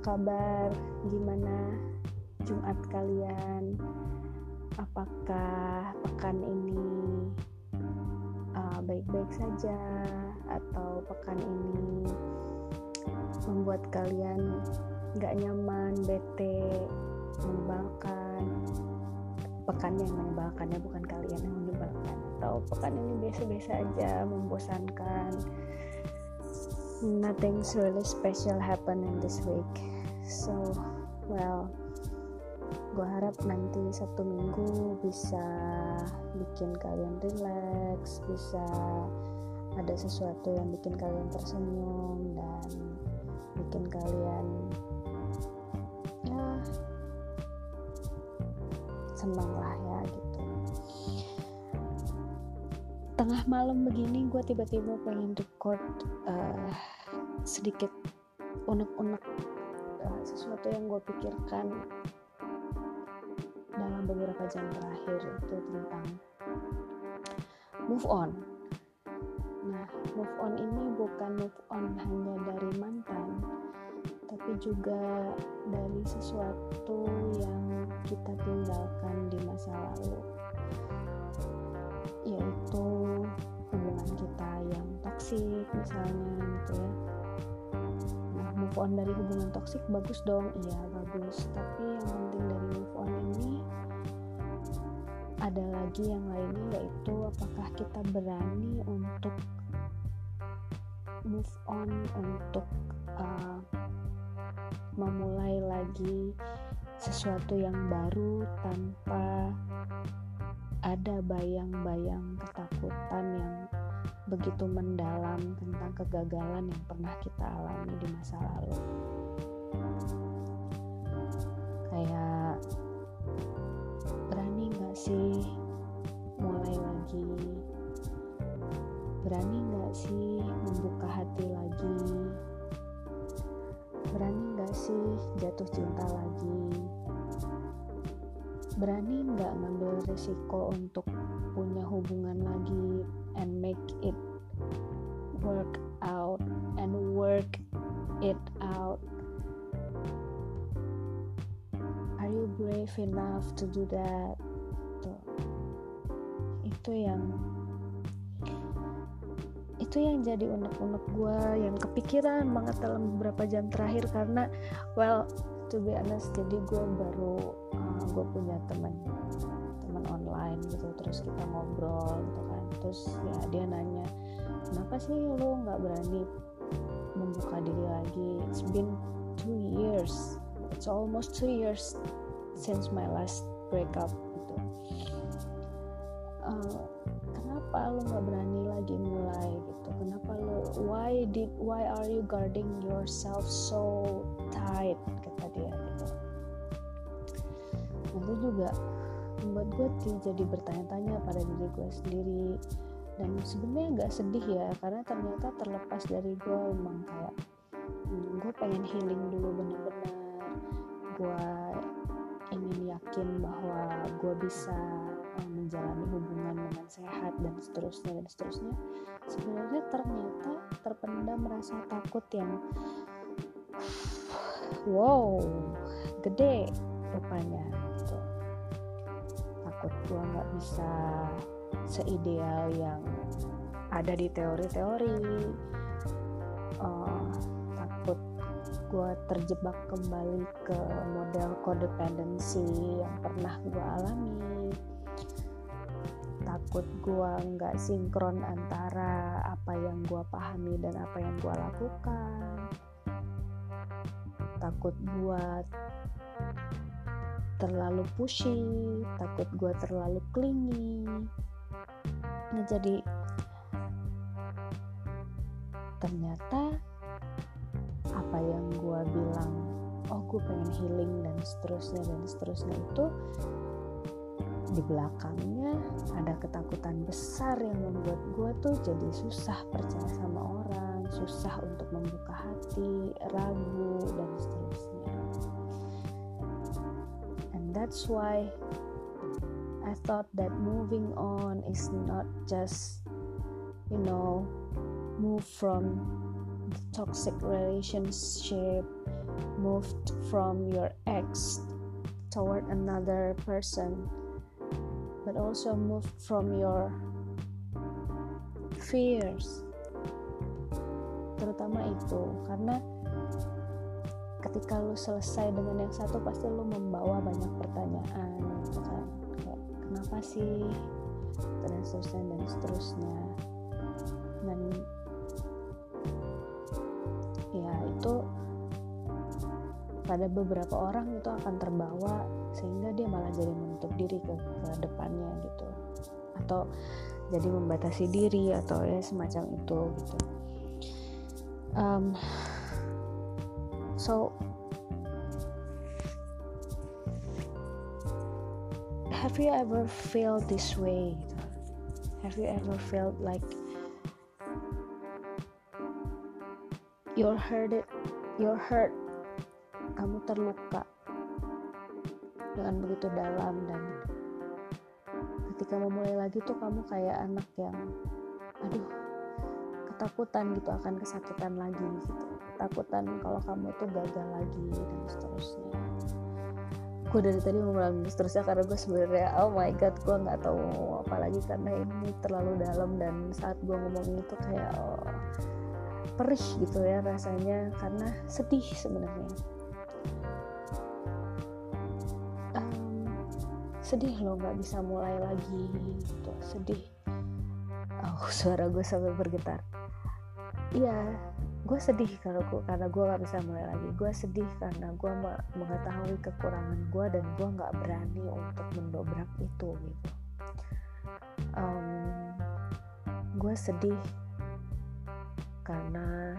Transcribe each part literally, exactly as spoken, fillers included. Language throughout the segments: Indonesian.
kabar? Gimana Jumat kalian? Apakah pekan ini uh, baik-baik saja atau pekan ini membuat kalian gak nyaman, bete, menyebalkan? Pekan yang menyebalkannya, bukan kalian yang menyebalkan. Atau pekan ini biasa-biasa aja, membosankan. Nothing's really special happen in this week. So, well, gue harap nanti Sabtu Minggu bisa bikin kalian relax, bisa ada sesuatu yang bikin kalian tersenyum dan bikin kalian ya senang lah ya gitu. Tengah malam begini gue tiba-tiba pengen record uh, sedikit unek-unek uh, sesuatu yang gue pikirkan dalam beberapa jam terakhir, itu tentang move on. Nah, move on ini bukan move on hanya dari mantan, tapi juga dari sesuatu yang kita tinggalkan di masa lalu, yaitu hubungan kita yang toksik misalnya gitu ya. Nah, move on dari hubungan toksik bagus dong, iya bagus, tapi yang penting dari move on ini ada lagi yang lainnya, yaitu apakah kita berani untuk move on, untuk uh, memulai lagi sesuatu yang baru tanpa ada bayang-bayang ketakutan yang begitu mendalam tentang kegagalan yang pernah kita alami di masa lalu. Kayak berani gak sih mulai lagi? Berani gak sih membuka hati lagi? Berani gak sih jatuh cinta lagi? Berani gak ngambil risiko untuk punya hubungan lagi and make it work out and work it out? Are you brave enough to do that? Tuh. Itu yang itu yang jadi unek-unek gue, yang kepikiran banget dalam beberapa jam terakhir. Karena well, to be honest, jadi gue baru uh, gue punya teman teman online gitu, terus kita ngobrol gitu kan, terus ya dia nanya, kenapa sih lo nggak berani membuka diri lagi? It's been two years, it's almost two years since my last breakup gitu. Uh, kenapa lo nggak berani lagi mulai gitu? Kenapa lo, why did why are you guarding yourself so tight, kata dia gitu. Itu juga membuat gue jadi bertanya-tanya pada diri gue sendiri, dan sebenarnya agak sedih ya, karena ternyata terlepas dari gue memang kayak hmm, gue pengen healing dulu benar-benar, gue ingin yakin bahwa gue bisa um, menjalani hubungan dengan sehat dan seterusnya dan seterusnya. Sebenarnya ternyata terpendam rasa takut yang wow, gede rupanya gitu. Takut gue nggak bisa seideal yang ada di teori-teori, uh, takut gue terjebak kembali ke model codependency yang pernah gue alami, takut gue nggak sinkron antara apa yang gue pahami dan apa yang gue lakukan, takut gue terlalu pushy, takut gue terlalu clingy. Nah, jadi ternyata apa yang gue bilang, oh gue pengen healing dan seterusnya dan seterusnya, itu di belakangnya ada ketakutan besar yang membuat gue tuh jadi susah percaya sama orang, susah untuk membuka hati, ragu dan seterusnya. And that's why I thought that moving on is not just, you know, move from the toxic relationship, moved from your ex toward another person, but also moved from your fears, terutama itu. Karena ketika lu selesai dengan yang satu, pasti lu membawa banyak pertanyaan gitu kan, kayak kenapa sih, dan seterusnya dan seterusnya. Dan ya itu pada beberapa orang itu akan terbawa sehingga dia malah jadi menutup diri ke, ke depannya gitu, atau jadi membatasi diri atau ya semacam itu gitu. Um, so have you ever felt this way? Have you ever felt like you're hurt, you're hurt, kamu terluka dengan begitu dalam, dan ketika memulai lagi tuh kamu kayak anak yang aduh ketakutan gitu akan kesakitan lagi gitu, ketakutan kalau kamu itu gagal lagi dan seterusnya. Gue dari tadi mau bilang seterusnya karena gue sebenarnya oh my god gue nggak tahu mau apa lagi karena ini terlalu dalam, dan saat gue ngomongin itu kayak oh, perih gitu ya rasanya karena sedih sebenarnya. Sedih loh nggak bisa mulai lagi gitu, sedih. Oh suara gue sampai bergetar. Iya, gue sedih karena gue karena gue nggak bisa mulai lagi. Gue sedih karena gue mengetahui kekurangan gue dan gue nggak berani untuk mendobrak itu gitu. Um, gue sedih karena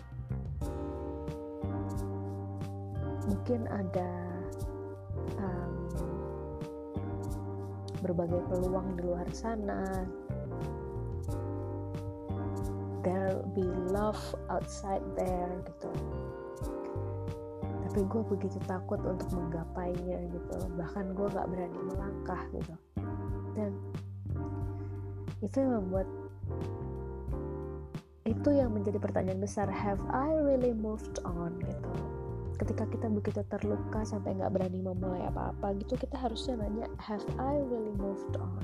mungkin ada um, berbagai peluang di luar sana. There'll be love outside there gitu. Tapi gue begitu takut untuk menggapainya gitu. Bahkan gue gak berani melangkah gitu. Dan itu yang membuat, itu yang menjadi pertanyaan besar, have I really moved on gitu. Ketika kita begitu terluka sampai gak berani memulai apa-apa gitu, kita harusnya nanya, have I really moved on?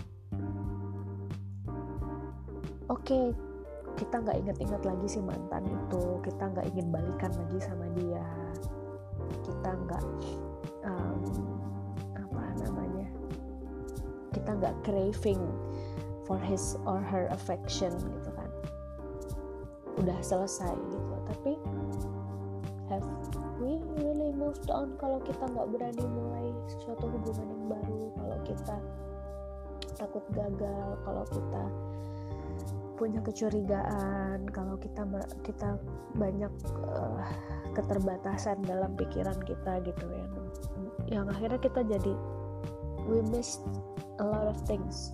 Oke, okay, kita gak ingat-ingat lagi si mantan itu, kita gak ingin balikan lagi sama dia, kita gak um, apa namanya, kita gak craving for his or her affection gitu kan, udah selesai gitu. Tapi have we really moved on kalau kita gak berani mulai suatu hubungan yang baru, kalau kita takut gagal, kalau kita punya kecurigaan, kalau kita kita banyak uh, keterbatasan dalam pikiran kita gitu ya, yang akhirnya kita jadi we missed a lot of things.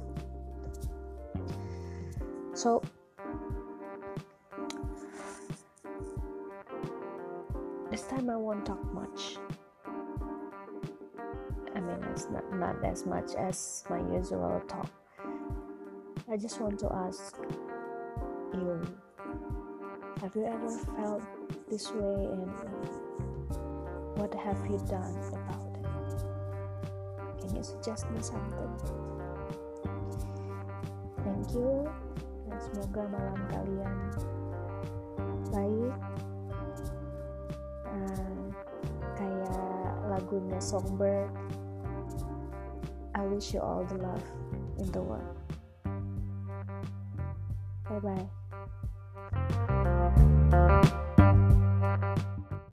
So this time I won't talk much. I mean, it's not, not as much as my usual talk. I just want to ask you, have you ever felt this way, and what have you done about it? Can you suggest me something? Thank you, dan semoga malam kalian baik. Uh, kayak lagunya Songbird, I wish you all the love in the world. Bye bye.